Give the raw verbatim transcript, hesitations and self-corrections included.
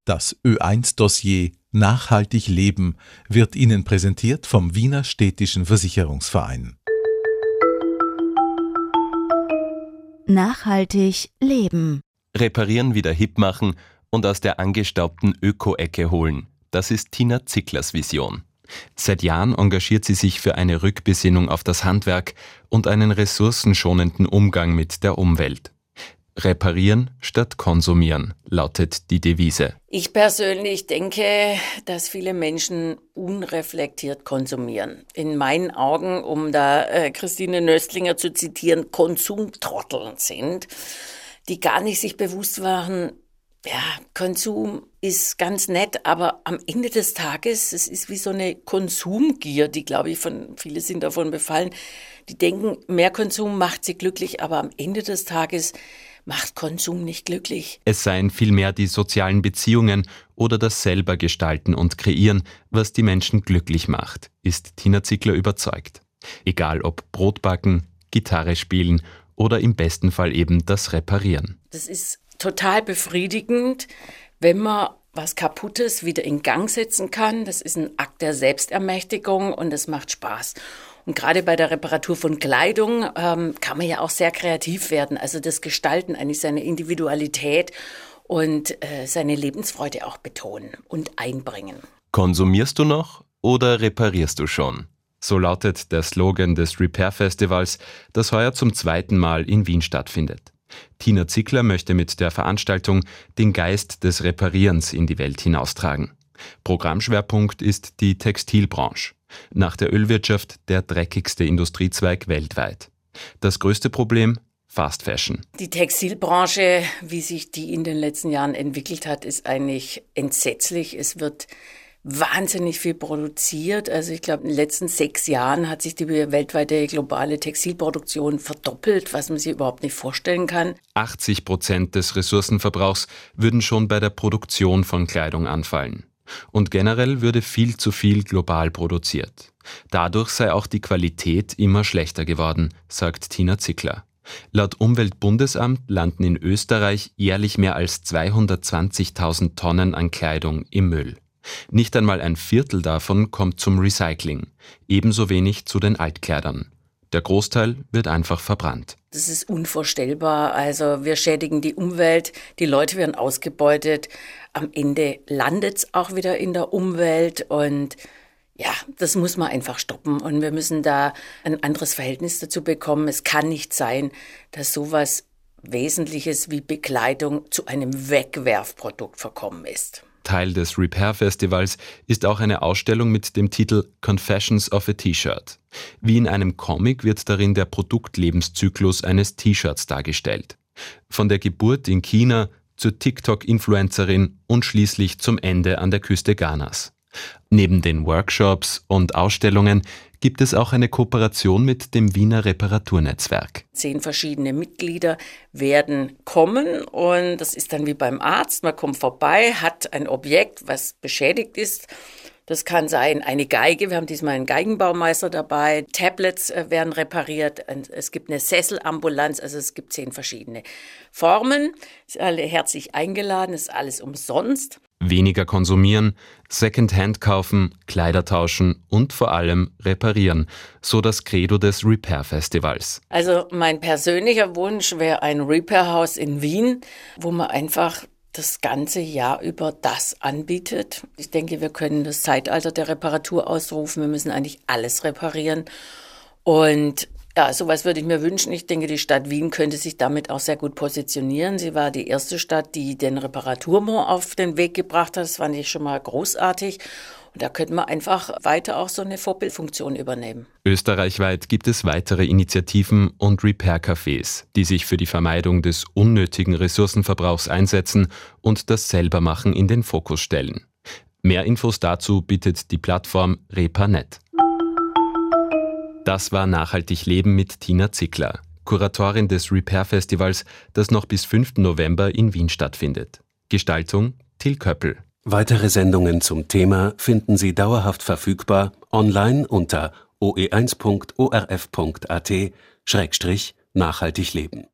Das Ö eins Dossier Nachhaltig leben wird Ihnen präsentiert vom Wiener Städtischen Versicherungsverein. Nachhaltig leben. Reparieren wieder hip machen und aus der angestaubten Öko-Ecke holen. Das ist Tina Zicklers Vision. Seit Jahren engagiert sie sich für eine Rückbesinnung auf das Handwerk und einen ressourcenschonenden Umgang mit der Umwelt. Reparieren statt konsumieren, lautet die Devise. Ich persönlich denke, dass viele Menschen unreflektiert konsumieren. In meinen Augen, um da äh, Christine Nöstlinger zu zitieren, Konsumtrotteln sind, die gar nicht sich bewusst waren, ja, Konsum ist ganz nett, aber am Ende des Tages, es ist wie so eine Konsumgier, die, glaube ich, von viele sind davon befallen. Die denken, mehr Konsum macht sie glücklich, aber am Ende des Tages macht Konsum nicht glücklich. Es seien vielmehr die sozialen Beziehungen oder das selber Gestalten und Kreieren, was die Menschen glücklich macht, ist Tina Zickler überzeugt. Egal ob Brotbacken, Gitarre spielen oder im besten Fall eben das Reparieren. Das ist total befriedigend, wenn man was Kaputtes wieder in Gang setzen kann. Das ist ein Akt der Selbstermächtigung und es macht Spaß. Und gerade bei der Reparatur von Kleidung ähm, kann man ja auch sehr kreativ werden. Also das Gestalten, eigentlich seine Individualität und äh, seine Lebensfreude auch betonen und einbringen. Konsumierst du noch oder reparierst du schon? So lautet der Slogan des Repair Festivals, das heuer zum zweiten Mal in Wien stattfindet. Tina Zickler möchte mit der Veranstaltung den Geist des Reparierens in die Welt hinaustragen. Programmschwerpunkt ist die Textilbranche. Nach der Ölwirtschaft der dreckigste Industriezweig weltweit. Das größte Problem? Fast Fashion. Die Textilbranche, wie sich die in den letzten Jahren entwickelt hat, ist eigentlich entsetzlich. Es wird wahnsinnig viel produziert. Also ich glaube, in den letzten sechs Jahren hat sich die weltweite globale Textilproduktion verdoppelt, was man sich überhaupt nicht vorstellen kann. achtzig Prozent des Ressourcenverbrauchs würden schon bei der Produktion von Kleidung anfallen. Und generell würde viel zu viel global produziert. Dadurch sei auch die Qualität immer schlechter geworden, sagt Tina Zickler. Laut Umweltbundesamt landen in Österreich jährlich mehr als zweihundertzwanzigtausend Tonnen an Kleidung im Müll. Nicht einmal ein Viertel davon kommt zum Recycling, ebenso wenig zu den Altkleidern. Der Großteil wird einfach verbrannt. Das ist unvorstellbar. Also wir schädigen die Umwelt, die Leute werden ausgebeutet. Am Ende landet es auch wieder in der Umwelt und ja, das muss man einfach stoppen und wir müssen da ein anderes Verhältnis dazu bekommen. Es kann nicht sein, dass sowas Wesentliches wie Bekleidung zu einem Wegwerfprodukt verkommen ist. Teil des Repair Festivals ist auch eine Ausstellung mit dem Titel Confessions of a T-Shirt. Wie in einem Comic wird darin der Produktlebenszyklus eines T-Shirts dargestellt. Von der Geburt in China zur TikTok-Influencerin und schließlich zum Ende an der Küste Ghanas. Neben den Workshops und Ausstellungen gibt es auch eine Kooperation mit dem Wiener Reparaturnetzwerk. Zehn verschiedene Mitglieder werden kommen und das ist dann wie beim Arzt. Man kommt vorbei, hat ein Objekt, was beschädigt ist. Das kann sein eine Geige, wir haben diesmal einen Geigenbaumeister dabei, Tablets werden repariert, es gibt eine Sesselambulanz, also es gibt zehn verschiedene Formen. Sind alle herzlich eingeladen, ist alles umsonst. Weniger konsumieren, Secondhand kaufen, Kleider tauschen und vor allem reparieren, so das Credo des Repair Festivals. Also mein persönlicher Wunsch wäre ein Repair-Haus in Wien, wo man einfach das ganze Jahr über das anbietet. Ich denke, wir können das Zeitalter der Reparatur ausrufen. Wir müssen eigentlich alles reparieren. Und ja, sowas würde ich mir wünschen. Ich denke, die Stadt Wien könnte sich damit auch sehr gut positionieren. Sie war die erste Stadt, die den Reparaturmonat auf den Weg gebracht hat. Das fand ich schon mal großartig. Und da könnte man einfach weiter auch so eine Vorbildfunktion übernehmen. Österreichweit gibt es weitere Initiativen und Repair-Cafés, die sich für die Vermeidung des unnötigen Ressourcenverbrauchs einsetzen und das Selbermachen in den Fokus stellen. Mehr Infos dazu bietet die Plattform Repanet. Das war Nachhaltig leben mit Tina Zickler, Kuratorin des Repair Festivals, das noch bis fünften November in Wien stattfindet. Gestaltung Till Köppel. Weitere Sendungen zum Thema finden Sie dauerhaft verfügbar online unter o e eins punkt o r f punkt a t schrägstrich nachhaltig leben.